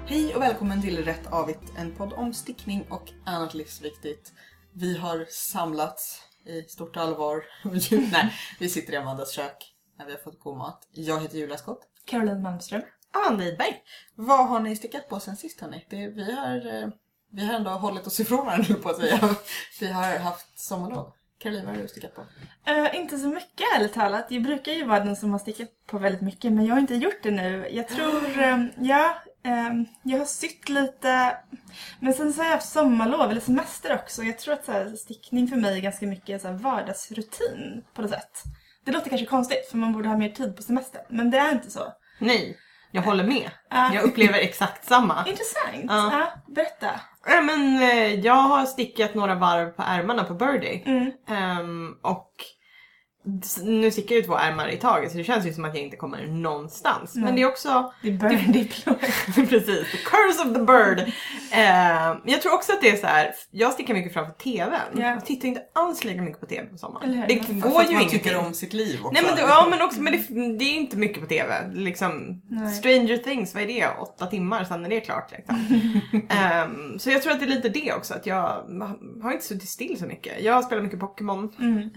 Hej och välkommen till Rätt Avigt, en podd om stickning och annat livsviktigt. Vi har samlats i stort allvar. Nej, vi sitter i Amandas kök när vi har fått god mat. Jag heter Julia Skott. Caroline Malmström. Amanda Idberg. Vad har ni stickat på sen sist, hörni? Vi har ändå hållit oss ifrån varandra på att säga. Vi har haft sommarlov. Caroline, vad har du stickat på? Inte så mycket, ärligt talat. Jag brukar ju vara den som har stickat på väldigt mycket, men jag har inte gjort det nu. Jag tror, jag har sytt lite, men sen så har jag haft sommarlov eller semester också. Jag tror att så här, stickning för mig är ganska mycket så här, vardagsrutin på något sätt. Det låter kanske konstigt, för man borde ha mer tid på semester, men det är inte så. Nej, jag håller med. Jag upplever exakt samma. Intressant. Ja, berätta. Men jag har stickat några varv på ärmarna på Birdie. Och nu stickar jag 2 ärmar i taget, så det känns ju som att jag inte kommer någonstans. Men det är också... Det är Birdie. Precis, the curse of the bird. Jag tror också att det är så här. Jag stickar mycket framför tvn. Jag tittar inte alls lika mycket på tv på sommaren. Det går ju inte. Tycker om sitt liv också. Nej, men det är inte mycket på tv. Liksom, Stranger Things, vad är det? 8 timmar, sen är det klart. Liksom. Så jag tror att det är lite det också. Att jag har inte suttit still så mycket. Jag spelar mycket Pokémon.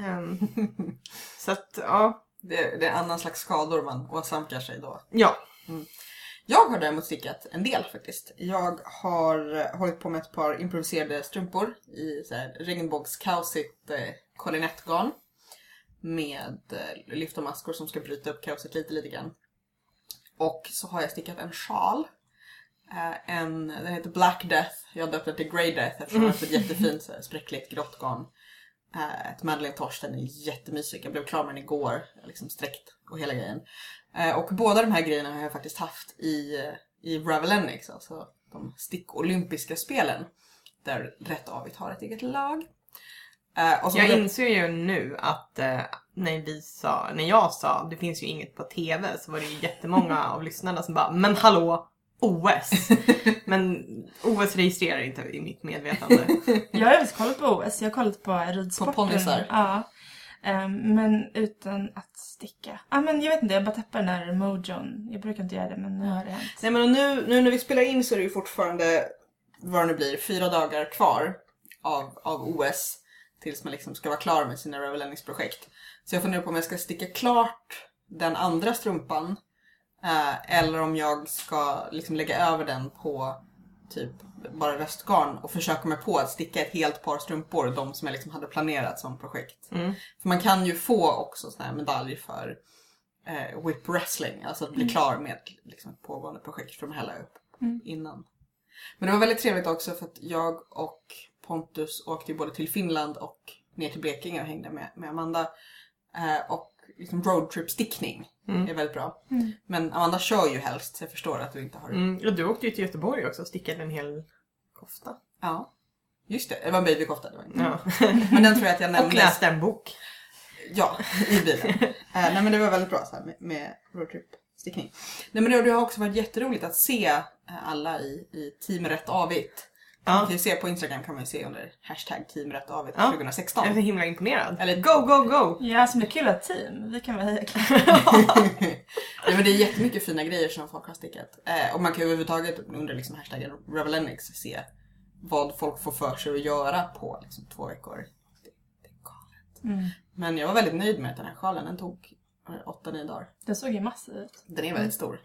Så att, ja. Det är annan slags skador man åsamkar sig då. Ja. Jag har däremot stickat en del faktiskt. Jag har hållit på med ett par improviserade strumpor i så här regnbågskaosigt kolinettgarn med lyft och maskor som ska bryta upp kaoset lite grann. Och så har jag stickat en sjal. Den heter Black Death. Jag döpte till Grey Death eftersom det är ett jättefint så här, spräckligt grått garn. Ett Madeleine Tosh, den är jättemysig. Jag blev klar med den igår, liksom sträckt och hela grejen. Och båda de här grejerna har jag faktiskt haft i Ravellenix, alltså de stick-olympiska spelen, där Rätt Avigt har ett eget lag. Och så jag inser ju nu att när jag sa det finns ju inget på tv, så var det ju jättemånga av lyssnarna som bara, men hallå, OS. Men OS registrerar inte i mitt medvetande. Jag har faktiskt kollat på OS. Jag har kollat på ridsporten. På ponnysar? Ja. Men utan att sticka. Men jag vet inte, jag bara tappar den här mojon. Jag brukar inte göra det, men nu har det hänt. Nej, men nu när vi spelar in så är det ju fortfarande, vad det nu blir, 4 dagar kvar av OS. Tills man liksom ska vara klar med sina Ravellenix-projekt. Så jag funderar på om jag ska sticka klart den andra strumpan. Eller om jag ska liksom lägga över den på typ bara röstgarn och försöka mig på att sticka ett helt par strumpor, de som jag liksom hade planerat som projekt. För man kan ju få också sån här medalj för whip wrestling, alltså att bli klar med liksom ett pågående projekt för att hälla upp innan. Men det var väldigt trevligt också för att jag och Pontus åkte ju både till Finland och ner till Blekinge och hängde med Amanda. Och liksom roadtrip-stickning är väldigt bra. Men Amanda kör ju helst, så jag förstår att du inte har det. Och du åkte ju till Göteborg också och stickade en hel kofta. Ja, just det. Det var en babykofta. Det var inte. Men den tror jag att jag nämnde. Och läste en bok. Ja, i bilen. Nej, men det var väldigt bra så här, med roadtrip-stickning. Nej, men det har också varit jätteroligt att se alla i Team Rätt Avigt. Man kan ju se på Instagram, kan man ju se under hashtag Team Rätt Avigt 2016. Jag är så himla imponerad. Eller go! Ja, som är kul att team. Vi kan väl heja. Ja, men det är jättemycket fina grejer som folk har stickat. Och man kan ju överhuvudtaget under liksom hashtaggen Ravellenix se vad folk får för sig att göra på liksom 2 veckor. Det är galet. Men jag var väldigt nöjd med att den här sjalen, den tog 8-9 dagar. Den såg ju massiv ut. Den är väldigt stor.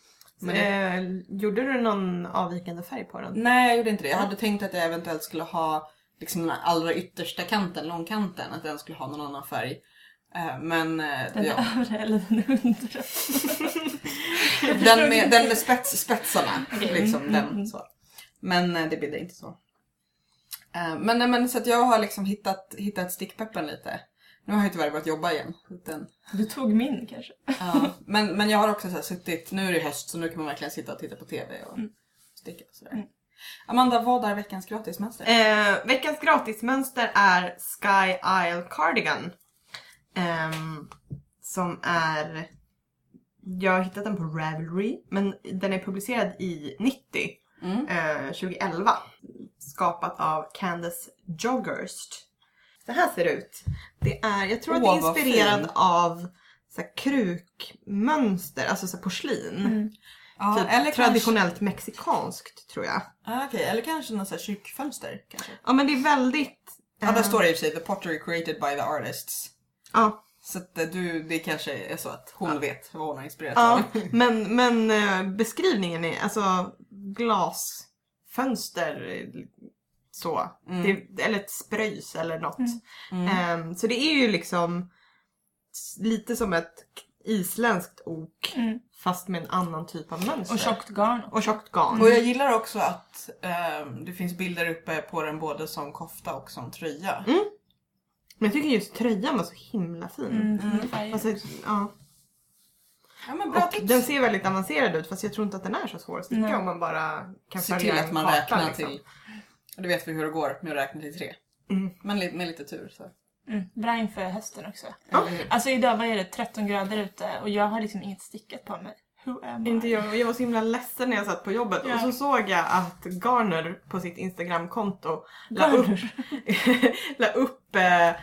Men gjorde du någon avvikande färg på den? Nej, jag gjorde inte det. Jag hade tänkt att jag eventuellt skulle ha liksom den allra yttersta kanten, långkanten, att den skulle ha någon annan färg. Men den övre eller den undre? den med spetsarna. Liksom den så. Men det blir det inte så. Men så att jag har liksom hittat stickpeppen lite. Nu har jag tyvärr börjat jobba igen. Du tog min kanske. Ja, men jag har också så här suttit, nu är det höst så nu kan man verkligen sitta och titta på tv och sticka och sådär. Amanda, vad är veckans gratismönster? Veckans gratismönster är Sky Isle Cardigan. Som är, jag har hittat den på Ravelry, men den är publicerad i 2011. Skapat av Candace Joggerst. Så här ser det ut. Det är, jag tror att det är inspirerad av så här krukmönster, alltså så här porslin. Ja, typ eller traditionellt mexikanskt tror jag. Okej, eller kanske någon sån här kyrkfönster kanske. Ja, men det är väldigt... Ja, där står det i och för sig, the pottery created by the artists. Ja. Så att det kanske är så att hon vet vad hon har inspirerats Ja, av. men beskrivningen är alltså glasfönster så. Eller ett spröjs eller något. Så det är ju liksom lite som ett isländskt ok fast med en annan typ av mönster. Och tjockt garn. Och tjockt garn. Och jag gillar också att det finns bilder uppe på den både som kofta och som tröja. Men jag tycker just tröjan var så himla fin. Alltså, ja. Ja, men bra Och tips. den ser väldigt avancerad ut fast jag tror inte att den är så svår att sticka om man bara kan Se följa till en att man karta, räknar liksom. till. Och det vet vi hur det går med att räkna till 3. Men med lite tur så. Bra inför hösten också. Ja. Alltså idag var det 13 grader ute och jag har liksom inget stickat på mig. Who am I? Inte jag. Jag var så himla ledsen när jag satt på jobbet. Ja. Och så såg jag att Garner på sitt Instagram-konto la upp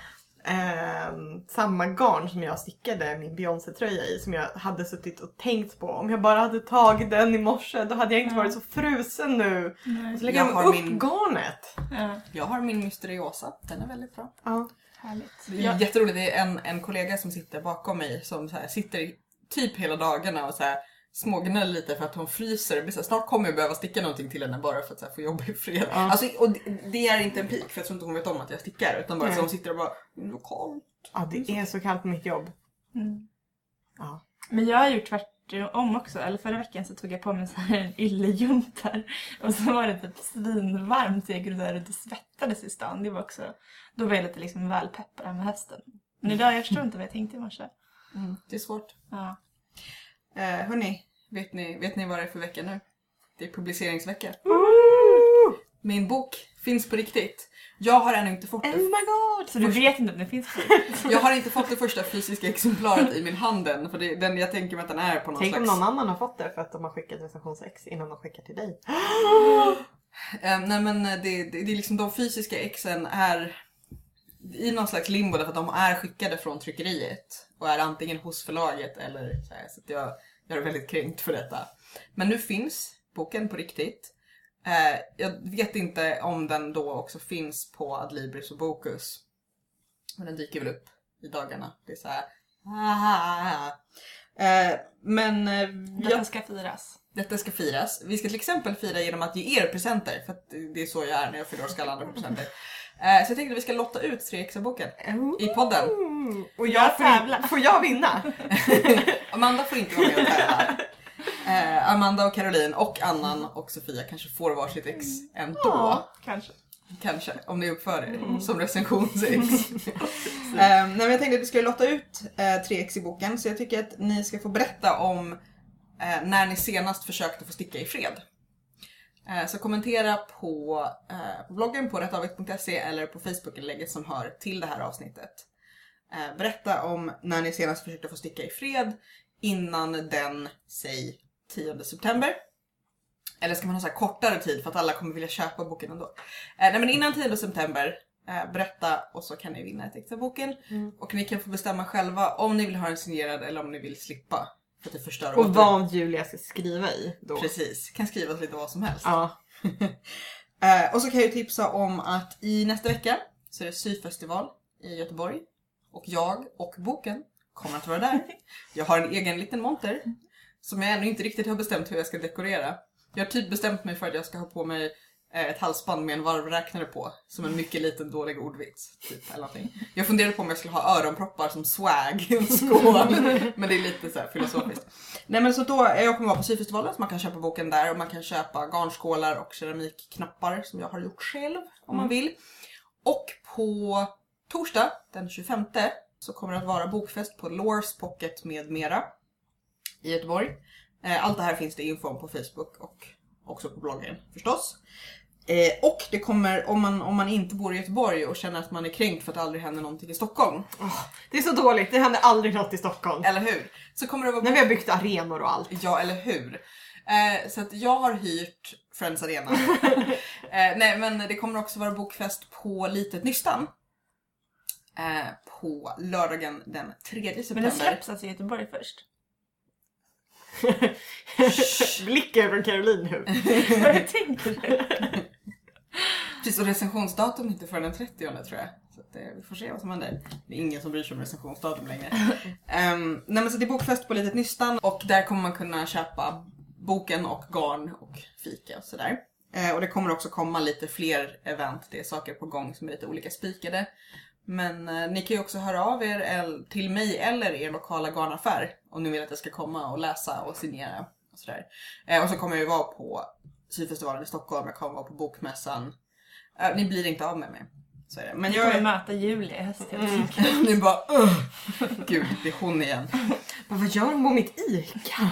samma garn som jag stickade min Beyoncé-tröja i. Som jag hade suttit och tänkt på. Om jag bara hade tagit den i morse då hade jag inte varit så frusen nu. Och så lägger jag upp garnet. Ja, Jag har min Mysteriosa. Den är väldigt bra. Ja. härligt. Det är jätteroligt. Det är en kollega som sitter bakom mig som så här, sitter typ hela dagarna och så här smågnäller lite för att hon fryser. Så här, snart kommer jag behöva sticka någonting till henne bara för att så här, få jobba i fred. Alltså, och det är inte en pik för jag tror inte hon vet om att jag stickar. Utan bara så hon sitter och bara, lokalt. Ja, det är så kallt på mitt jobb. Ja. Men jag har gjort tvärtom också. Eller förra veckan så tog jag på mig så här en yllejuntar. Och så var det typ svinvarmt så jag gick där och svettades i stan. Det var också, då var jag lite liksom väl peppad med hösten. Men idag jag förstår inte vad jag tänkte i morse. Det är svårt. Ja. Hörni, vet ni vad det är för vecka nu? Det är publiceringsvecka. Min bok finns på riktigt. Jag har ännu inte fått Oh my god! Så du vet inte om det finns på. Jag har inte fått det första fysiska exemplaret i min hand än. För den, jag tänker mig att den är på någon Tänk slags... om någon annan har fått det för att de har skickat recensionsex innan de skickar till dig. Nej men det är liksom de fysiska exen är i någon slags limbo därför att de är skickade från tryckeriet. Och är antingen hos förlaget eller så här. Så att jag är väldigt kränkt för detta. Men nu finns boken på riktigt. Jag vet inte om den då också finns på Adlibris och Bokus. Men den dyker väl upp i dagarna. Det är så här. Men Detta ska firas. detta ska firas. Vi ska till exempel fira genom att ge er presenter. För att det är så jag är när jag fyller år, ska alla andra få presenter. Så jag tänkte att vi ska lotta ut 3 extra boken i podden. Och jag får jag vinna? Amanda får inte vara med och tävla. Amanda och Caroline och Annan och Sofia kanske får varsitt ex ändå. Ja, kanske. Kanske, om ni uppför er som recensionsex. Nej, men jag tänkte att vi skulle lotta ut 3 ex i boken. Så jag tycker att ni ska få berätta om när ni senast försökte få sticka i fred. Så kommentera på bloggen på rättavigt.se eller på Facebook-inlägget som hör till det här avsnittet. Berätta om när ni senast försökte få sticka i fred innan den, säg 10 september. Eller ska man ha så här kortare tid för att alla kommer vilja köpa boken ändå. Nej, men innan 10 september, berätta och så kan ni vinna ett extra boken. Och ni kan få bestämma själva om ni vill ha den signerad eller om ni vill slippa. För att det förstör Och vad Julia ska skriva i då. Precis, kan skriva lite vad som helst. Ja. Och så kan jag ju tipsa om att i nästa vecka så är det syfestival i Göteborg. Och jag och boken kommer att vara där. Jag har en egen liten monter som jag ännu inte riktigt har bestämt hur jag ska dekorera. Jag har typ bestämt mig för att jag ska ha på mig ett halsband med en varvräknare på. Som en mycket liten dålig ordvits. Typ, eller någonting. Jag funderade på om jag skulle ha öronproppar som swag i en skål. Men det är lite så här filosofiskt. Nej, men så då, jag kommer vara på syfestivalen så man kan köpa boken där. Och man kan köpa garnskålar och keramikknappar som jag har gjort själv om man vill. Och på torsdag den 25 så kommer det att vara bokfest på Lores Pocket med mera i Göteborg. Allt det här finns det info om på Facebook och också på bloggen förstås. Och det kommer, om man inte bor i Göteborg och känner att man är kränkt för att det aldrig händer någonting i Stockholm. Det är så dåligt, det händer aldrig något i Stockholm. Eller hur? Så kommer det vara när vi har byggt arenor och allt. Ja, eller hur? Så att jag har hyrt Friends Arena. Nej, men det kommer också vara bokfest på Litet Nystan. På lördagen den 3 september. Men det släpps alltså i Göteborg först. Blickar från Caroline nu. Vad tänker du? Precis, och recensionsdatum inte förrän den 30 tror jag. Så att, vi får se vad som händer. Det är ingen som bryr sig om recensionsdatum längre. Nej, men så det är bokfest på Litet Nystan. Och där kommer man kunna köpa boken och garn och fika och sådär. Och det kommer också komma lite fler event. Det är saker på gång som är lite olika spikade. Men ni kan ju också höra av er till mig eller er lokala garnaffär om ni vill att jag ska komma och läsa och signera och sådär. Och så kommer jag ju vara på Syfestivalen i Stockholm, jag kommer vara på bokmässan. Ni blir inte av med mig. Så är det. Men jag kommer möta Julia i höst. Ni bara, gud, det är hon igen. Men vad gör hon på mitt ICA?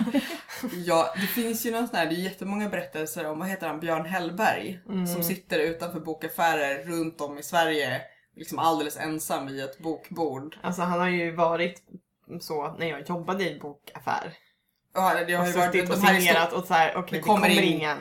Ja, det finns ju någon sån här, det är jättemånga berättelser om, vad heter han, Björn Hellberg. Som sitter utanför bokaffärer runt om i Sverige. Liksom alldeles ensam vid ett bokbord. Alltså han har ju varit så när jag jobbade i bokaffär. Ja, det har ju varit och signerat och så här, okej, det kommer ingen.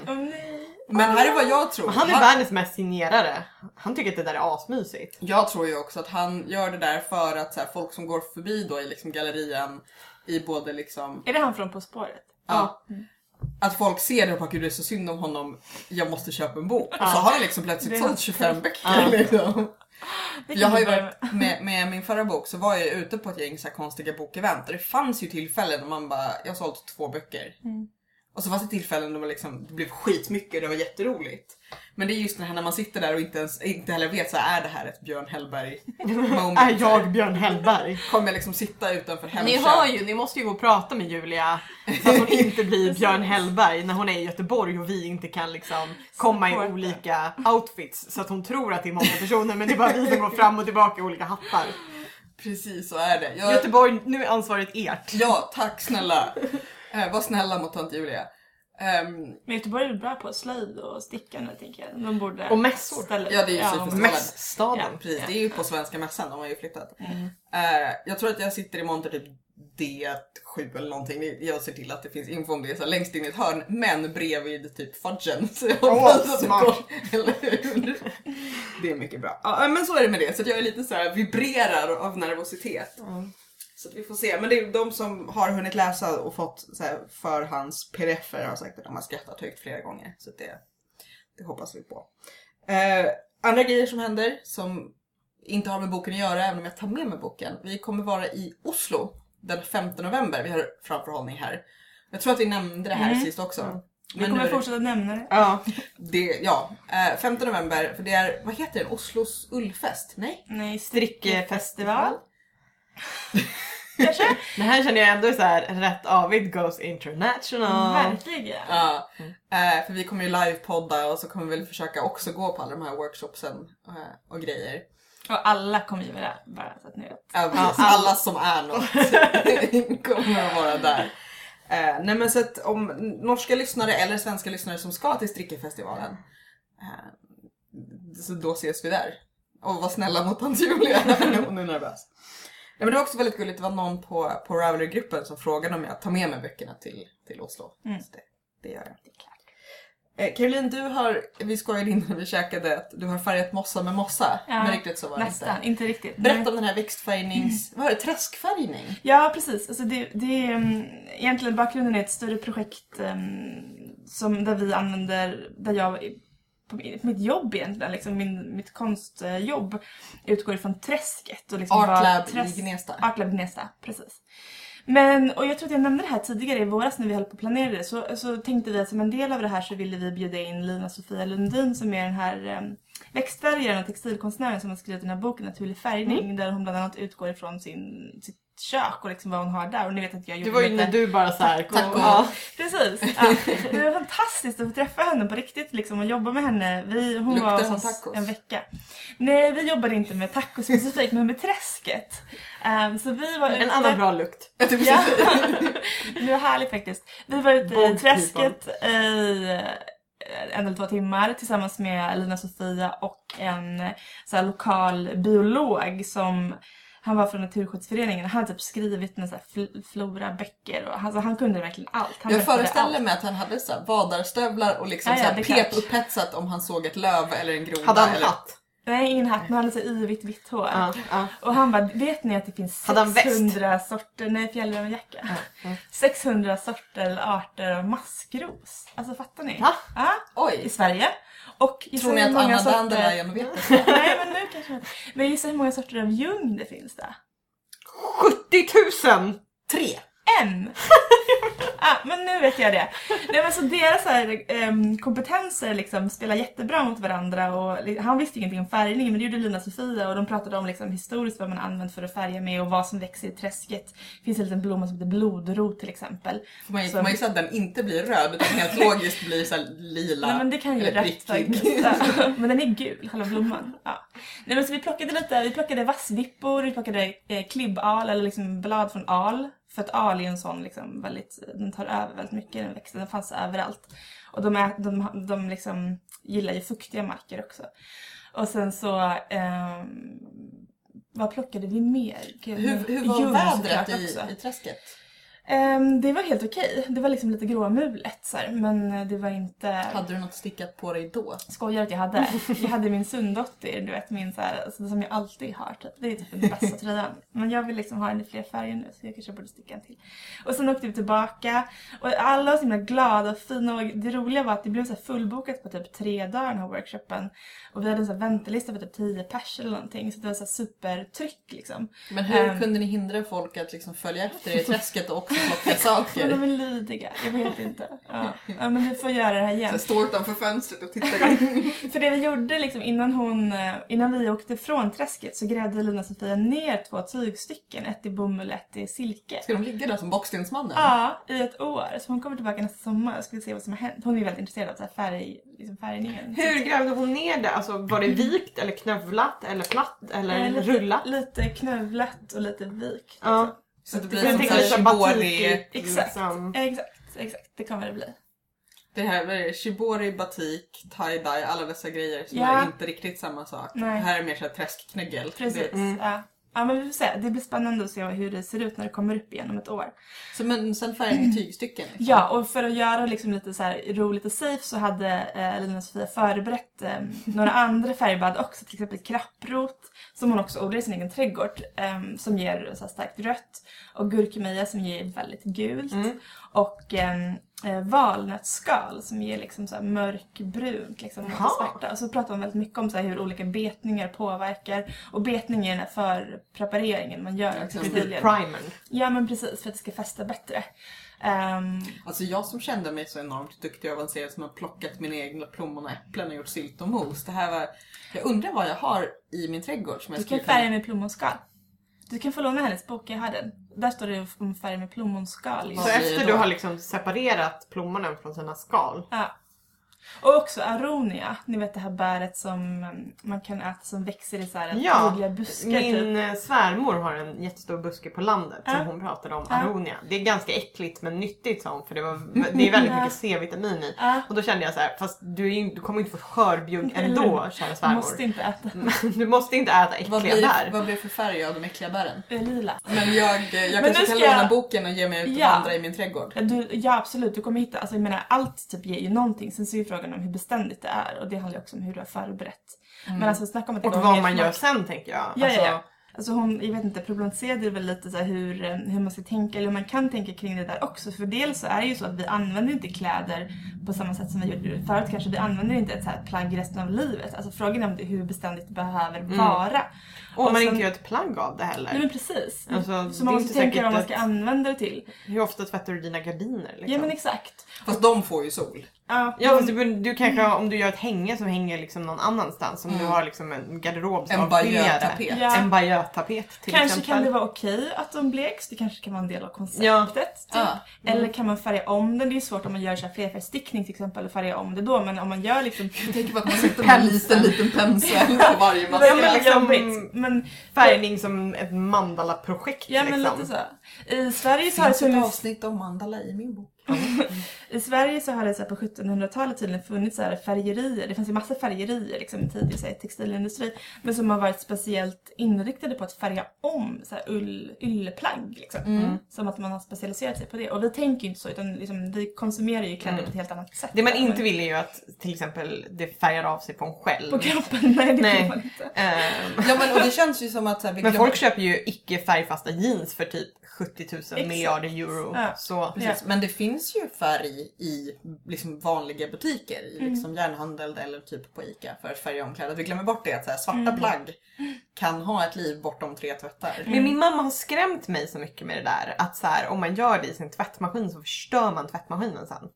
Men här är vad jag tror. Han är världens mest signerare. Han tycker att det där är asmysigt. Jag tror ju också att han gör det där för att så här, folk som går förbi då i liksom gallerian i både liksom... Är det han från På spåret? Ja. Att folk ser det och bara, gud det är så synd om honom, jag måste köpa en bok. Och så har han liksom plötsligt sålt 25 böcker liksom. Jag har ju varit med min förra bok, så var jag ute på ett gäng så här konstiga bokevent. Och det fanns ju tillfällen när man bara, jag har sålt 2 böcker. Och så fanns det tillfällen då man liksom, det blev skitmycket, det var jätteroligt. Men det är just det här när man sitter där och inte heller vet så här, är det här ett Björn Hellberg moment? Är jag Björn Hellberg? Kommer jag liksom sitta utanför Hemköp? Ni måste ju gå och prata med Julia så att hon inte blir Björn Hellberg när hon är i Göteborg och vi inte kan liksom komma i olika outfits så att hon tror att det är många personer men det är bara vi som går fram och tillbaka i olika hattar. Precis, så är det. Göteborg, nu är ansvaret ert. Ja, tack snälla. Var snälla mot tant Julia. Men Göteborg är bra på slöjd och stickande, tänker jag. De borde och mässor. Ja, det är ju Syfestivalen. Mässstaden. Ja, precis. Det är ju på Svenska mässan, de har ju flyttat. Jag tror att jag sitter i monter typ D7 eller någonting. Jag ser till att det finns info om det så längst in i ett hörn, men bredvid typ fudgen. Så jag hoppas eller hur? Det är mycket bra. Ja, men så är det med det. Så att jag är lite så här vibrerar av nervositet. Så att vi får se. Men det är de som har hunnit läsa och fått så här förhands pdf-er har sagt att de har skrattat högt flera gånger. Så att det hoppas vi på. Andra grejer som händer som inte har med boken att göra, även om jag tar med mig boken. Vi kommer vara i Oslo den 5 november. Vi har framförhållning här. Jag tror att vi nämnde det här sist också. Vi kommer fortsätta nämna det. Ja, 5 november. För det är, vad heter det? Oslos ullfest? Nej, strickfestival. Det här känner jag ändå så här rätt av It Goes International. Verkligen. Ja, för vi kommer ju livepodda och så kommer vi väl försöka också gå på alla de här workshopsen och grejer. Och alla kommer ju vara där, bara så att ni vet. Alla som är något kommer att vara där. Nej, men så att om norska lyssnare eller svenska lyssnare som ska till Strickefestivalen, så då ses vi där. Och var snälla mot tant Julia, hon är nervös. Nej, men det var också väldigt gulligt, det var någon på Ravelry-gruppen som frågade om jag tar med mig böckerna till Oslo. Så det gör jag. Caroline, vi skojade in när vi käkade att du har färgat mossa med mossa. Ja, men riktigt så var det nästan, inte riktigt. Berätta om den här växtfärgnings... Vad var det? Träskfärgning? Ja, precis. Alltså det är egentligen bakgrunden är ett större projekt där vi använder, där jag på mitt jobb egentligen, liksom mitt konstjobb utgår ifrån träsket. Och liksom Artlab i Gnesta. Artlab Gnesta, precis. Och jag tror att jag nämnde det här tidigare i våras när vi höll på att planera det. Så tänkte vi att som en del av det här så ville vi bjuda in Lina-Sofia Lundin som är den här växtfärgaren och textilkonstnären som har skrivit den här boken Naturlig färgning. Där hon bland annat utgår ifrån sitt kök och liksom vad hon har där. Och ni vet att jag gjorde det var ju när du bara så här taco. Ja, precis. Ja. Det var fantastiskt att få träffa henne på riktigt liksom, och jobba med henne. Hon luktar var som hos tacos. En vecka. Nej, vi jobbade inte med tacos specifikt, men med träsket. Så vi var en annan bra lukt. Ja. Det var härligt faktiskt. Vi var ute i träsket i 1 eller 2 timmar tillsammans med Lina-Sofia och en så här, lokal biolog som... Han var från Naturskyddsföreningen och han hade typ skrivit en floraböcker och han kunde verkligen allt. Jag föreställer mig att han hade så här vadarstövlar och liksom så här pep upphetsat om han såg ett löv eller en groda. Hade han hatt? Nej, ingen hatt, men han hade så yvigt vitt hår. Ja. Och han bara, vet ni att det finns 600 sorter, nej fjällrävenjacka. 600 sorter eller arter av maskros. Alltså fattar ni? Va? Ja, Oj. i Sverige. Och Tror ni att Anna Dandelion vet det? Nej, men nu kanske inte. Men gissa hur många sorter av ljung det finns där? 70 000! 3. En! Men nu vet jag det. Nej, men så deras kompetenser liksom spelar jättebra mot varandra. Och han visste ingenting om färgning, men det gjorde Lina Sofia. Och de pratade om liksom, historiskt vad man använt för att färga med och vad som växer i träsket. Det finns en liten blomma som heter blodrot till exempel. Man ju så att den inte blir röd utan helt logiskt blir så här lila. Nej, men det kan ju rätt faktiskt. Men den är gul, själva blomman. Ja. Nej, men så vi plockade vassvippor, vi plockade klibbal eller liksom blad från al. För att al är en sån liksom den tar över väldigt mycket, den växer, den fanns överallt. Och de liksom gillar ju fuktiga marker också. Och sen så, vad plockade vi mer? Hur var vädret i träsket? Det var helt okej. Det var liksom lite gråmulet så här, men det var inte... Hade du något stickat på dig då? Skojar att jag hade. Jag hade min sundotter, du vet, min så här, alltså, som jag alltid har typ. Det är typ den bästa tröjan. Men jag vill liksom ha den i fler färger nu, så jag kanske borde sticka en till. Och sen åkte vi tillbaka och alla var så himla glada och fina, och det roliga var att det blev så här fullbokat på typ 3 dagar den här workshopen. Och vi hade en så här väntelista för typ 10 pers eller någonting, så det var så här supertryck liksom. Men hur kunde ni hindra folk att liksom följa efter er i träsket och också plocka saker? De är lydiga, jag vet inte. Ja, men vi får göra det här igen. Så står utanför fönstret och tittar in. För det vi gjorde liksom innan vi åkte från träsket så grävde Lina Sofia ner 2 tygstycken, ett i bomull, ett i silke. Ska de ligga där som bockstensmannen? Ja, i ett år. Så hon kommer tillbaka nästa sommar och ska se vad som har hänt. Hon är väldigt intresserad av så här färgningen. Hur grävde hon ner det? Alltså var det vikt eller knövlat eller platt eller rullat? Lite knövlat och lite vikt. Ja. Liksom. Så det blir som så här shibori. Exakt, exakt. Det kommer det bli. Det här är shibori, batik, tie-dye, alla dessa grejer som är inte riktigt samma sak. Nej. Det här är mer så här träskknäggel. Precis, ja, men vi får se. Det blir spännande att se hur det ser ut när det kommer upp igen om ett år. Så men sen färgar ni tygstycken? Liksom. Ja, och för att göra liksom lite så här roligt och safe så hade Lina Sofia förberett några andra färgbad också. Till exempel krapprot som hon också odlar i sin egen trädgård som ger så här starkt rött. Och gurkemeja som ger väldigt gult. Och valnötsskal som ger liksom så här mörkbrunt liksom, och svarta. Och så pratar man väldigt mycket om så här hur olika betningar påverkar. Och betning är den här förprepareringen man gör. Liksom primern. Ja, men precis, för att det ska fästa bättre. Alltså jag som kände mig så enormt duktig och avancerad som har plockat mina egna plommon och äpplen och gjort sylt och mos. Det här var... Jag undrar vad jag har i min trädgård som jag Du kan färga med plommonskal. Du kan få låna hennes bok, jag har den. Där står det om färg med plommonskal. Så efter du har liksom separerat plommonen från sina skal. Ja. Och också aronia. Ni vet det här bäret som man kan äta som växer i så här tydliga buskar. Min svärmor har en jättestor buske på landet som hon pratade om, aronia. Det är ganska äckligt men nyttigt sa hon, för det är väldigt mycket C-vitamin i. Och då kände jag så här, fast du kommer inte få skörbjugg ändå, kära svärmor. Du måste inte äta. Du måste inte äta äckliga bär. Vad blir det för färg av de äckliga bären? Lila. Men jag kanske kan låna boken och ge mig ut och vandra i min trädgård. Ja, absolut. Du kommer hitta, alltså jag menar, allt typ ger ju någonting. Sen så är ju frågan om hur beständigt det är. Och det handlar också om hur du har förberett. Men alltså snacka om att och vad man gör sen, tänker jag. Ja. Alltså hon, jag vet inte, problematiserade väl lite så här hur man ska tänka, eller hur man kan tänka kring det där också. För dels så är det ju så att vi använder inte kläder på samma sätt som vi gjorde förut kanske. Vi använder inte ett så här plagg resten av livet. Alltså frågan är om det, hur beständigt det behöver vara. Och man inte gör ett plagg av det heller. Nej, men precis. Alltså, så man måste tänka vad man ska använda det till. Hur ofta tvättar du dina gardiner? Liksom? Ja, men exakt. Fast de får ju sol. Ja, fast du kanske, om du gör ett hänge som hänger liksom någon annanstans, som du har liksom en garderob som en bajötapet. Ja. En bajötapet till kanske exempel. Kan det vara okej att de bleks, det kanske kan vara en del av konceptet. Typ. Eller kan man färga om den? Det är svårt om man gör så här flerfärgstickning till exempel, och färga om det då, men om man gör liksom... Jag tänker på att man sätter en liten pensel på varje mask. Ja, men liksom, men färgning som ett mandala-projekt. Ja, men liksom. lite så. I Sverige så har det ett avsnitt om mandala i min bok. I Sverige så har det så här, på 1700-talet tydligen funnits så här färgerier. Det fanns ju massa färgerier liksom, i tidigare så här, textilindustri. Men som har varit speciellt inriktade på att färga om så här, ylleplagg. Liksom. Som att man har specialiserat sig på det. Och vi tänker ju inte så, utan liksom, vi konsumerar ju kläder på ett helt annat sätt. Det man inte vill är ju att till exempel det färgar av sig på en själv. På kroppen, nej det kan man inte. Ja, men och det känns ju som att... Så här, men folk köper ju icke färgfasta jeans för typ 70 000 miljarder euro. Ja. Så. Precis. Men det finns ju färg i liksom vanliga butiker, i liksom järnhandel eller typ på ICA för att färga om kläder. Vi glömmer bort det att så här, svarta plagg kan ha ett liv bortom 3 tvättar. Men min mamma har skrämt mig så mycket med det där. Att så här, om man gör det i sin tvättmaskin så förstör man tvättmaskinen sen.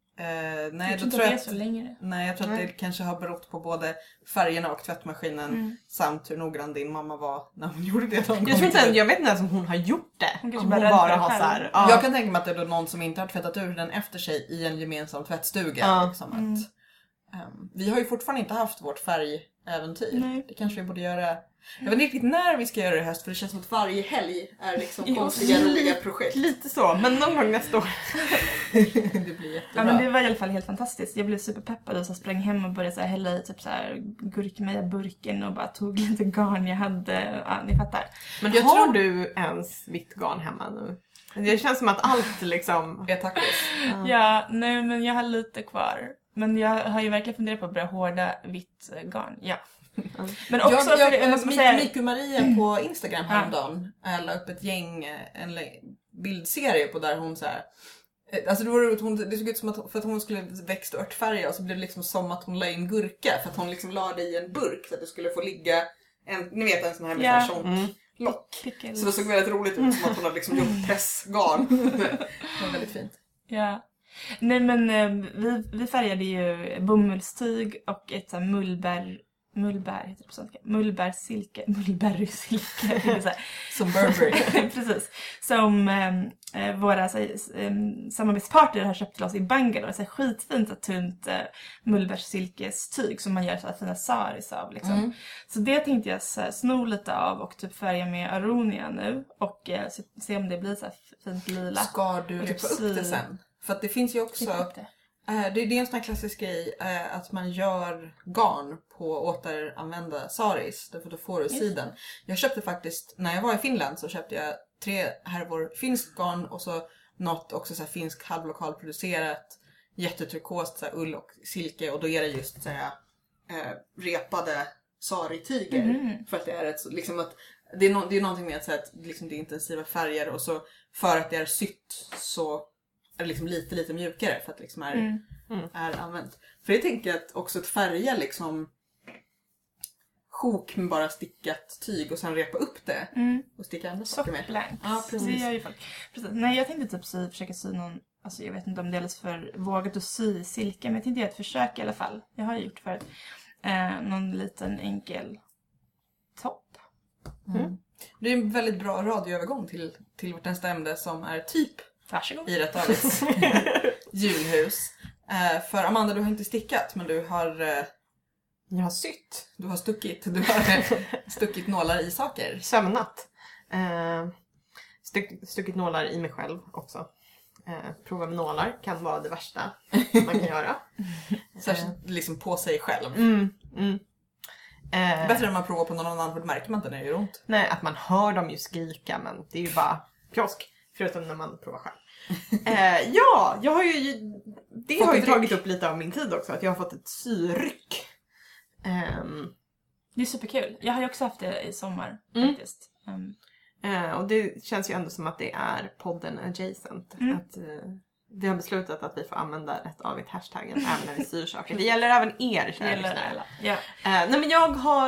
Nej, jag tror det är så längre. Nej, jag tror att det kanske har berott på både färgerna och tvättmaskinen samt hur noggrann din mamma var när hon gjorde det. Jag vet inte ens om hon har gjort det. Hon bara har så här, Jag kan tänka mig att det är någon som inte har tvättat ur den efter sig i en gemensam tvättstuga. Liksom, vi har ju fortfarande inte haft vårt färgäventyr. Nej. Det kanske vi borde göra. Jag vet inte riktigt när vi ska göra det i höst, för det känns som att varje helg är liksom konstiga roliga projekt. Lite så, men någon gång nästa år. Det blir jättebra. Ja, men det var i alla fall helt fantastiskt. Jag blev superpeppad och så sprang hem och började så här hälla i typ så här gurkmeja-burken och bara tog lite garn jag hade. Ja, ni fattar. Men har du ens vitt garn hemma nu? Det känns som att allt liksom är tacos. Ja, nej men jag har lite kvar. Men jag har ju verkligen funderat på att börja hårda vitt garn. Ja. Men också Miku Maria på Instagram häromdagen la upp ett gäng, en bildserie på där hon så här. Alltså det var roligt, det såg ut som att, för att hon skulle växt örtfärga och så blev det liksom som att hon la in gurka för att hon liksom la det i en burk för att det skulle få ligga ni vet en sån här med sån lock. Så det såg väldigt roligt ut, som att hon hade liksom gjort pressgarn. Det var väldigt fint. Ja. Nej men vi färgade ju bomullstyg och ett så här mullbär heter det på svenska. Mullbärsilke. Som Burberry. Precis. Som våra samarbetspartner har köpt till oss i Bangalore. Så skitfint och tunt mullbärsilkestyg som man gör så här fina saris av. Liksom. Så det tänkte jag sno lite av och typ färga med aronia nu. Och se om det blir så här fint lila. Ska du repa upp det sen? För att det finns ju också... Det är en sån här klassisk grej att man gör garn på återanvända saris. Därför då får du siden. Jag köpte faktiskt, när jag var i Finland så köpte jag 3 härvor finsk garn och så något också så här finsk halvlokalproducerat jätteturkost så här ull och silke. Och då är det just så här repade sari-tyger. För att det är ett liksom att det är någonting med att, så här, att liksom det är intensiva färger och så för att det är sytt så är det liksom lite mjukare för att liksom är använt. För jag tänker att också att färga liksom sjok med bara stickat tyg och sen repa upp det och sticka andra saker med. Sockblanks. Ja, precis. Det gör ju folk. Precis. Nej, jag tänkte typ försöka sy någon, alltså jag vet inte om det är alldeles för vågat att sy silke, men jag tänkte göra ett försök i alla fall. Jag har ju gjort förut. Någon liten enkel topp. Det är en väldigt bra radioövergång till vårt nästa ämne som är typ Varsågod. i Rätt Avits julhus. För Amanda, du har inte stickat, men du har... Jag har sytt. Du har stuckit nålar i saker. Sömnat. Stuckit nålar i mig själv också. Prova med nålar kan vara det värsta man kan göra. Särskilt liksom på sig själv. Bättre än man provar på någon annan, för det märker man inte när det gör ont. Nej, att man hör dem ju skrika, men det är ju bara pjosk. Förutom när man provar själv. Ja, jag har ju... Det har ju tagit upp lite av min tid också. Att jag har fått ett syryck. Det är superkul. Jag har ju också haft det i sommar faktiskt. Och det känns ju ändå som att det är podden adjacent. Att vi har beslutat att vi får använda Rätt Avigt hashtaggen även när vi syr saker. Det gäller även er, kära lyssnare. Ja. Nej, men jag har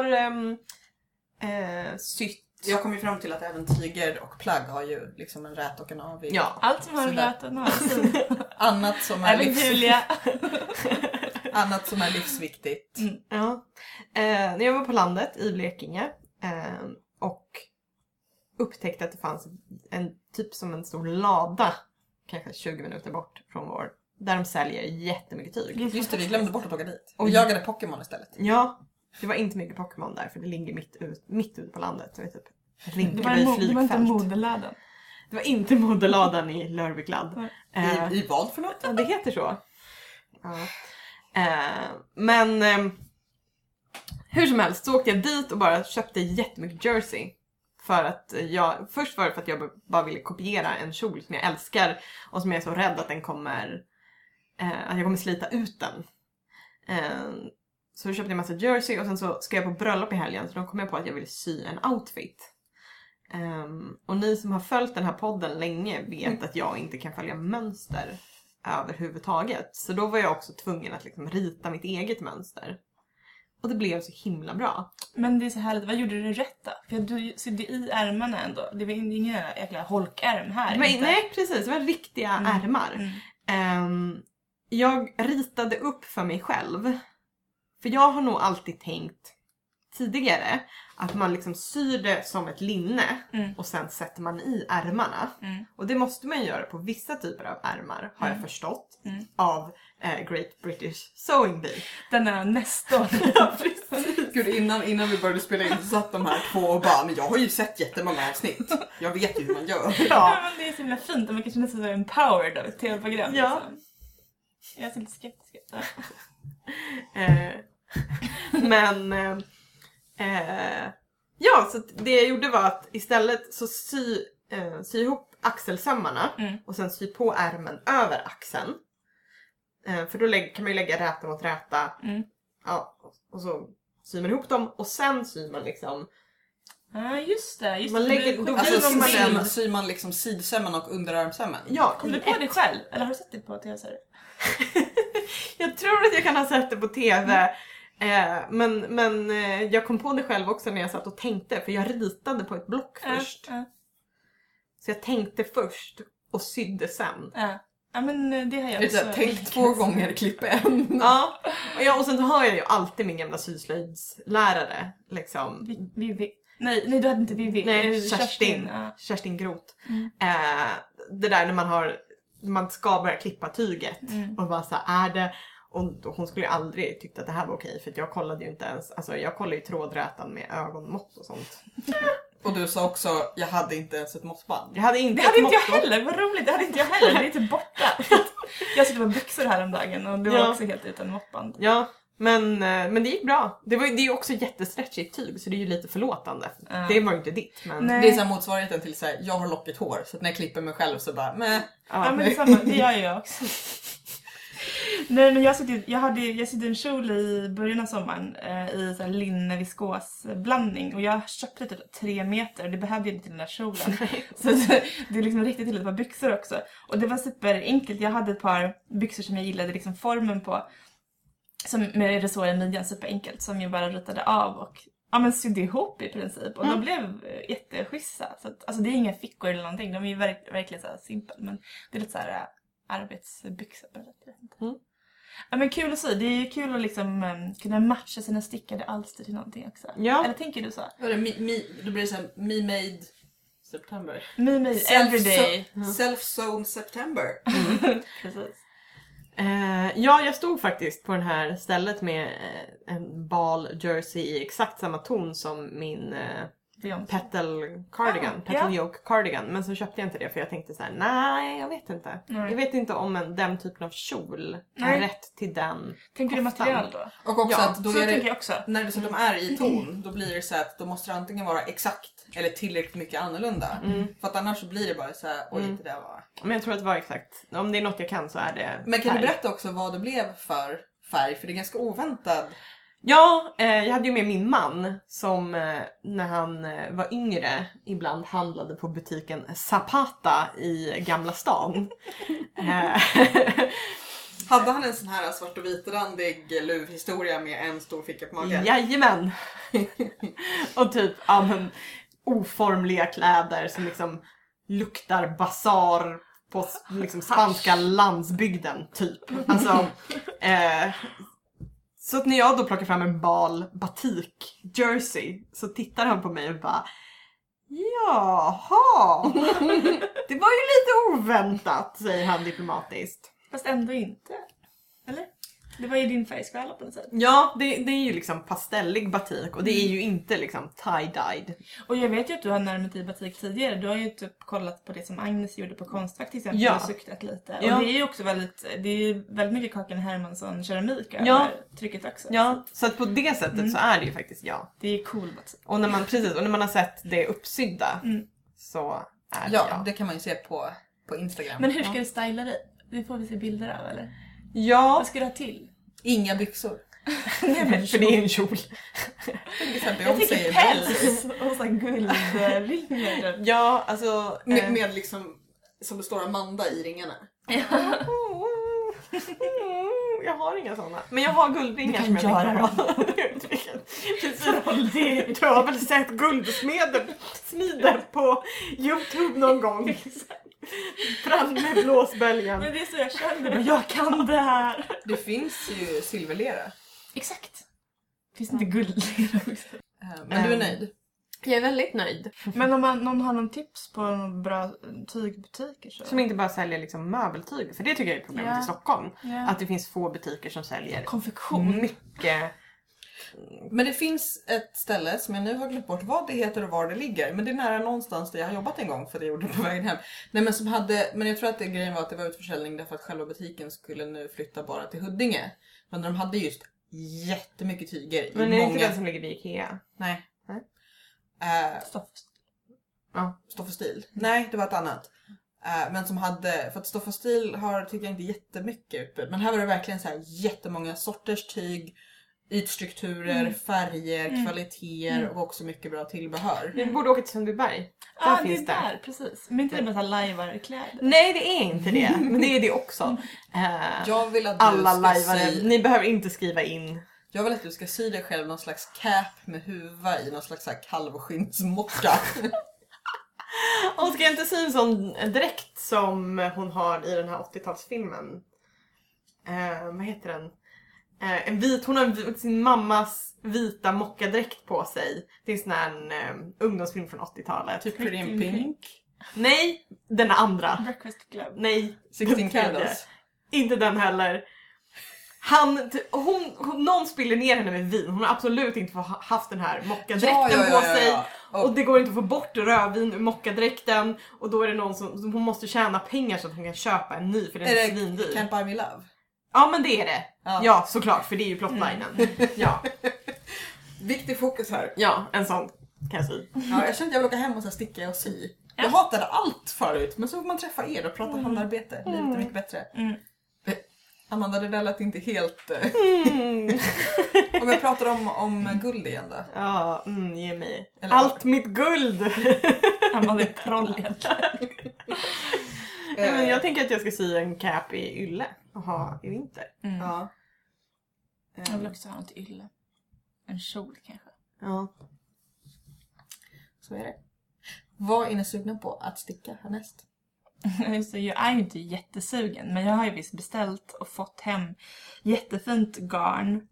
sytt. Jag kom ju fram till att även tyger och plagg har ju liksom en rät och en avig. Ja, allt som har en rät och en avig. Annat som är Julia. Annat som är livsviktigt. Ja. När jag var på landet i Blekinge och upptäckte att det fanns en typ som en stor lada kanske 20 minuter bort från vår, där de säljer jättemycket tyg. Just det, vi glömde bort att åka dit. Och jagade Pokémon istället. Ja, det var inte mycket Pokémon där för det ligger mitt ute på landet. Det är typ det var inte modeläden. Det var inte modeladan i Lörbykladd. I vad för något? Ja, det heter så. Ja. Men hur som helst så åkte jag dit och bara köpte jättemycket jersey. För att först var det för att jag bara ville kopiera en kjol som jag älskar. Och som jag är så rädd att den kommer, att jag kommer slita ut den. Så då köpte jag en massa jersey och sen så ska jag på bröllop i helgen. Så då kom jag på att jag ville sy en outfit. Och ni som har följt den här podden länge vet att jag inte kan följa mönster överhuvudtaget. Så då var jag också tvungen att liksom rita mitt eget mönster. Och det blev så himla bra. Men det är så härligt, vad gjorde du rätt då? För du sydde i ärmarna ändå. Det var ingen jäkla holkärm här. Men, nej, precis. Det var riktiga ärmar. Jag ritade upp för mig själv. För jag har nog alltid tänkt tidigare att man liksom syr det som ett linne och sen sätter man i ärmarna. Och det måste man göra på vissa typer av ärmar, har jag förstått, av Great British Sewing Bee. Den är nästan. Gud, innan vi började spela in så satt de här två och bara, men jag har ju sett jättemånga avsnitt. Jag vet ju hur man gör. Ja, men det är så himla fint och man kan känna sig så empowered av ett tv-program. Ja. Liksom. Jag är så lite skeptisk. Men ja, så det jag gjorde var att istället så sy ihop axelsömmarna och sen sy på ärmen över axeln. För då kan man ju lägga räta mot räta. Ja, och så syr man ihop dem och sen syr man liksom. Ja, just det. Man lägger, då alltså syr man liksom sidsömmen och underarmsömmen. Ja, kom du på det själv? Eller har du sett det på tv? Jag tror att jag kan ha sett det på tv. Men jag kom på det själv också när jag satt och tänkte. För jag ritade på ett block först. Så jag tänkte först och sydde sen. Ja, men det har jag också. Tänk 2 gånger, klipp en. Ja, och sen har jag ju alltid min gamla syslöjdslärare. Liksom. Vivi. Nej, du hade inte Vivi. Nej, Kerstin Groth. Det där när man ska börja klippa tyget. Och bara så här, är det... Och hon skulle ju aldrig tyckt att det här var okej. För jag kollade ju inte ens... Alltså jag kollade ju trådrätan med ögonmått och sånt. Och du sa också, jag hade inte ens ett måttband. Det hade inte jag heller, vad roligt. Det hade inte jag heller, det är inte borta. Jag sitter med byxor häromdagen och det var också helt utan måttband. Ja, men det gick bra. Det är ju också jättestretchigt tyg så det är ju lite förlåtande. Det var ju inte ditt. Men... Det är så här motsvarigheten till så här, jag har lockigt hår. Så att när jag klipper mig själv så bara, meh. Ja, men det är samma, det gör jag också. Nej, men jag sydde en kjol i början av sommaren i så här linne viskosblandning och jag köpte typ 3 meter och det behövde jag inte till den där kjolen. Så det är liksom riktigt till ett par byxor också. Och det var superenkelt. Jag hade ett par byxor som jag gillade liksom formen på som med resår i midjan, superenkelt, som jag bara ritade av och sydde ihop i princip. Och de blev jätteschyssta. Så att, alltså det är inga fickor eller någonting. De är ju verkligen så här simpel, men det är lite så här arbetsbyxor på det. Ja, men kul att se. Det är ju kul att liksom kunna matcha sina stickade alster till någonting också. Ja. Eller tänker du så? Då blir det så här, me-made September. Me-made everyday. Self-sewn September. Precis. Ja, jag stod faktiskt på det här stället med en bal jersey i exakt samma ton som min petal cardigan, petal yoke cardigan. Men så köpte jag inte det för jag tänkte så här: nej, jag vet inte. Jag vet inte om den typen av kjol är rätt till den. Tänker du material då? Och också att då så är det, tänker jag också. när det så de är i ton, då blir det så att då måste det antingen vara exakt eller tillräckligt mycket annorlunda. För att annars så blir det bara så här, oj, det där var... Men jag tror att det var exakt. Om det är något jag kan så är det. Men kan du berätta också vad det blev för färg? För det är ganska oväntat. Ja, jag hade ju med min man som när han var yngre ibland handlade på butiken Zapata i Gamla stan. Hade han en sån här svart och vitrandig luvhistoria med en stor ficka på magen? Jajamän! Och typ oformliga kläder som liksom luktar basar på liksom spanska landsbygden typ. Alltså... Så att när jag då plockar fram en batik jersey så tittar han på mig och bara: jaha, det var ju lite oväntat, säger han diplomatiskt. Fast ändå inte. Eller? Det var ju din färgskala på något sätt. Ja, det är ju liksom pastellig batik och det är ju inte liksom tie-dyed. Och jag vet ju att du har närmat dig batik tidigare. Du har ju typ kollat på det som Agnes gjorde på Konstfack till exempel och suktat lite. Ja. Och det är ju också väldigt mycket Kakan Hermansson keramik över trycket också. Ja, så att på det sättet så är det ju faktiskt Det är cool batik. Och när man har sett det uppsydda så är det Ja, det kan man ju se på Instagram. Men hur ska du styla dig? Det får vi se bilder av, eller? Ja. Vad ska du ha till? Inga byxor. För det är en kjol. Jag tycker päls och så guldringar. Ja, alltså... Med liksom, som det står Amanda i ringarna. Jag har inga sådana. Men jag har guldringar som jag tänker ha. Precis. Du har väl sett guldsmeder på YouTube någon gång? Fram med blåsbälgen. Men det är så jag känner det. Jag kan det här. Det finns ju silverlera. Exakt. Finns det inte guldlera också? Men du är nöjd? Jag är väldigt nöjd. Men om någon har någon tips på någon bra tygbutiker så... Som inte bara säljer liksom möbeltyg. För det tycker jag är problemet i Stockholm. Ja. Att det finns få butiker som säljer konfektion. Mycket. Men det finns ett ställe som jag nu har glömt bort vad det heter och var det ligger. Men det är nära någonstans där jag har jobbat en gång för det gjorde det på vägen hem. Nej, men jag tror att grejen var att det var utförsäljning därför att själva butiken skulle nu flytta bara till Huddinge. Men de hade just jättemycket tyger. Men är det inte den som ligger vid Ikea? Nej. Stoff och stil. Nej, det var ett annat. Men som hade, för att Stoff och stil har, tycker jag, inte jättemycket utbud. Men här var det verkligen så här jättemånga sorters tyg, ytstrukturer, färger, kvaliteter och också mycket bra tillbehör. Vi borde åka till Sundbyberg. Ja, det är där, precis. Men inte det med så här lajvarkläder. Nej, det är inte det. Men det är det också. Jag vill att du alla ska lajvare, ni behöver inte skriva in. Jag vill att du ska sy dig själv någon slags cap med huva i någon slags så här kalvskinnsmocka. Och ska jag inte sy en sån dräkt som hon har i den här 80-talsfilmen? Vad heter den? En vit, hon har sin mammas vita mockadräkt på sig. Det är en sån här ungdomsfilm från 80-talet. Typ Pretty in Pink. Nej, den andra. Breakfast Club. Nej, 16 Candles. Inte den heller. Någon spiller ner henne med vin. Hon har absolut inte haft den här mockadräkten på sig. Och det går inte att få bort rödvin ur mockadräkten. Och då är det någon som hon måste tjäna pengar så att hon kan köpa en ny. För den är svindyr. Can't Buy Me Love? Ja, men det är det. Ja, såklart. För det är ju plotlinen. Ja. Viktig fokus här. Ja, en sån kan jag sy. Ja, jag kände att jag vill åka hem och så sticka och sy. Jag hatade allt förut. Men så får man träffa er och prata handarbete. Livet är mycket bättre. Amanda, det där lät inte helt... Om jag pratar om guld igen då? Ja, ge mig. Eller allt mitt guld! Amanda är troll egentligen. Men jag tänker att jag ska sy en cap i ylle och ha i vinter. Ja. Jag vill också ha något ylle. En kjol kanske. Ja. Så är det. Vad är ni sugna på att sticka härnäst? Så jag är ju inte jättesugen, men jag har ju visst beställt och fått hem jättefint garn.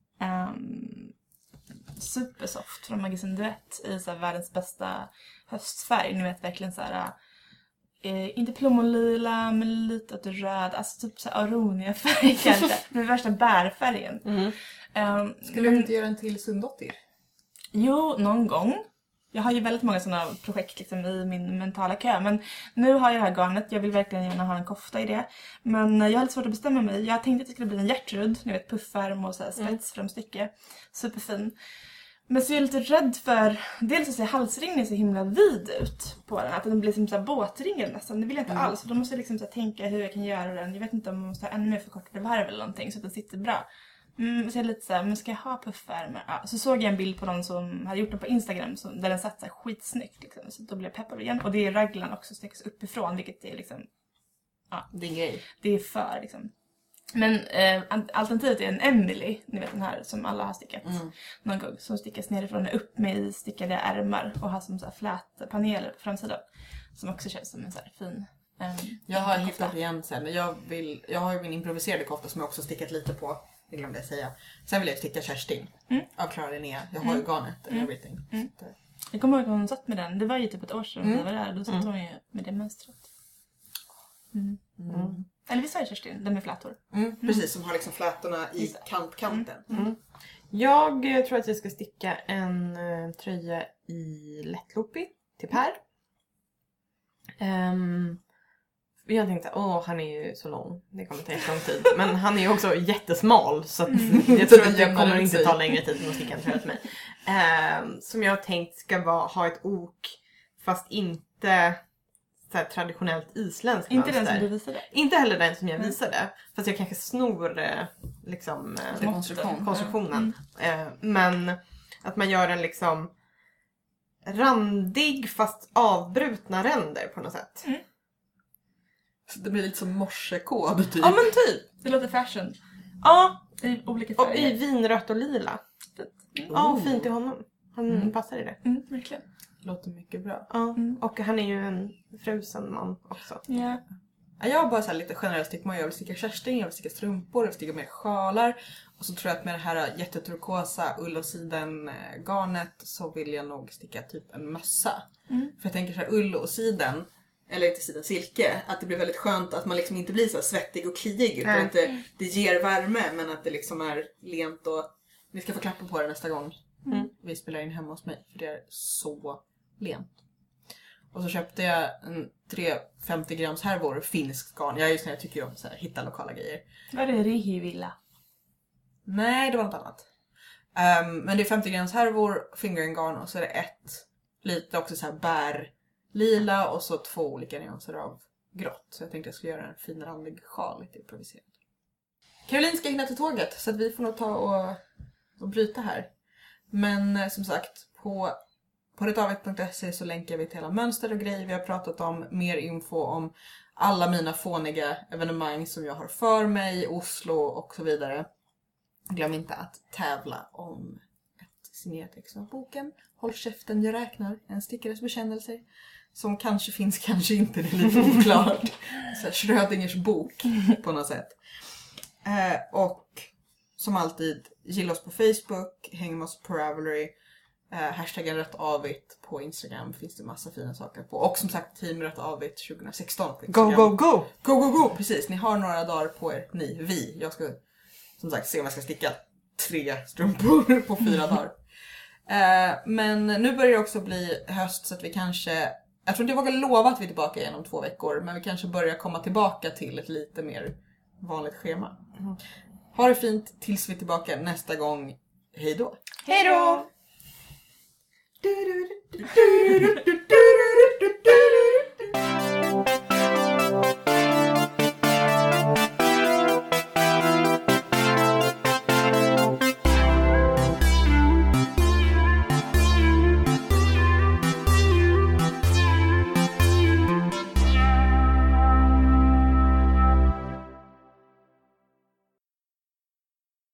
Supersoft från Magasin Duett i så här världens bästa höstfärg. Ni vet verkligen så här, inte plommonlila men lite åt röd, alltså typ så här aronia-färg kanske. Den värsta bärfärgen. Skulle du inte göra en till Sundottir? Jo, någon gång. Jag har ju väldigt många sådana projekt liksom i min mentala kö. Men nu har jag det här garnet. Jag vill verkligen gärna ha en kofta i det. Men jag har lite svårt att bestämma mig. Jag tänkte att det skulle bli en Gertrud. Ni vet, puffärm och så här spetsframstycke. Superfin. Men så är jag lite rädd för... Dels att se halsringen så himla vid ut på den. Att den blir som så här båtringen nästan. Det vill jag inte alls. För då måste jag liksom så här tänka hur jag kan göra den. Jag vet inte om man måste ha ännu mer förkortade varv eller någonting. Så att den sitter bra. Så jag är lite såhär, men ska jag ha puffärmar? Ja, så såg jag en bild på någon som hade gjort den på Instagram där den satt så här skitsnyggt liksom. Så då blev jag peppad igen. Och det är raglan också stickas uppifrån, vilket är liksom... Ja, det är grej. Det är för liksom. Men alternativet är en Emily, ni vet den här som alla har stickat någon gång. Som stickas nerifrån och upp med stickade ärmar och har som så här flätpaneler på framsidan. Som också känns som en så här fin... jag har hittat igen sen. Jag har ju min improviserade kofta som jag också stickat lite på. Det glömde jag säga. Sen vill jag sticka Kerstin av Klara Linnea. Jag har ju garnet and everything. Jag kommer ihåg att hon satt med den. Det var ju typ ett år sedan jag var där. Då satt hon ju med det mönstret. Eller visst är Kerstin, den med flätor? Precis, som har liksom flätorna i kanten. Jag tror att jag ska sticka en tröja i lättloopig till Per. Jag tänkte, han är ju så lång. Det kommer ta lång tid. Men han är ju också jättesmal. Så att jag tror att det kommer inte ta längre tid än att sticka en tröja till mig. Som jag har tänkt ska ha ett ok. Fast inte så här traditionellt isländskt Inte mönster. den som du visade? Inte heller den som jag visade. Fast jag kanske snor liksom konstruktionen. Men att man gör en liksom randig fast avbrutna ränder på något sätt. Så det blir lite som morsekod typ. Ja men typ. Det låter fashion. Ja. I olika Och färger. i vinrött och lila. Ja, fint till honom. Han passar i det. Verkligen. Låter mycket bra. Ja. Och han är ju en frusen man också. Ja. Jag har bara så här lite generellt stickmål. Jag vill sticka Kerstin, jag vill sticka strumpor, jag vill sticka mer sjalar. Och så tror jag att med det här jätteturkosa ull och siden garnet så vill jag nog sticka typ en mössa. För jag tänker så här ull och siden, eller inte siden silke, att det blir väldigt skönt att man liksom inte blir så här svettig och kliig. Utan att det ger värme men att det liksom är lent och ni ska få klappa på det nästa gång. Vi spelar in hemma hos mig för det är så lent. Och så köpte jag en 350 grams härvor finskt garn. Jag är just när jag tycker om så här, hitta lokala grejer. Var det Rihivilla? Nej, det var något annat. Men det är 50 grams härvor, fingering garn och så är det lite också så här bär lila och så 2 olika nyanser av grått. Så jag tänkte jag skulle göra en fin randig sjal, lite improviserad. Caroline ska hinna till tåget så att vi får nog ta och bryta här. Men som sagt, på retavit.se så länkar vi till hela mönster och grejer vi har pratat om. Mer info om alla mina fåniga evenemang som jag har för mig, Oslo och så vidare. Glöm inte att tävla om ett signerat ex av boken. Håll käften, jag räknar. En stickares bekännelser. Som kanske finns, kanske inte. Det är lite oklart. Så här, Schrödingers bok på något sätt. Och som alltid, gilla oss på Facebook. Häng med oss på Ravelry. Hashtaggen rättavit på Instagram finns det massa fina saker på. Och som sagt, Team Rättavit 2016 på Instagram. Go, go, go! Go, go, go! Precis, ni har några dagar på er. Vi. Jag ska som sagt se om jag ska sticka 3 strumpor på 4 dagar. Men nu börjar det också bli höst så att vi kanske... Jag tror inte jag vågar lova att vi är tillbaka igen om 2 veckor. Men vi kanske börjar komma tillbaka till ett lite mer vanligt schema. Ha det fint tills vi är tillbaka nästa gång. Hej då! Hej då!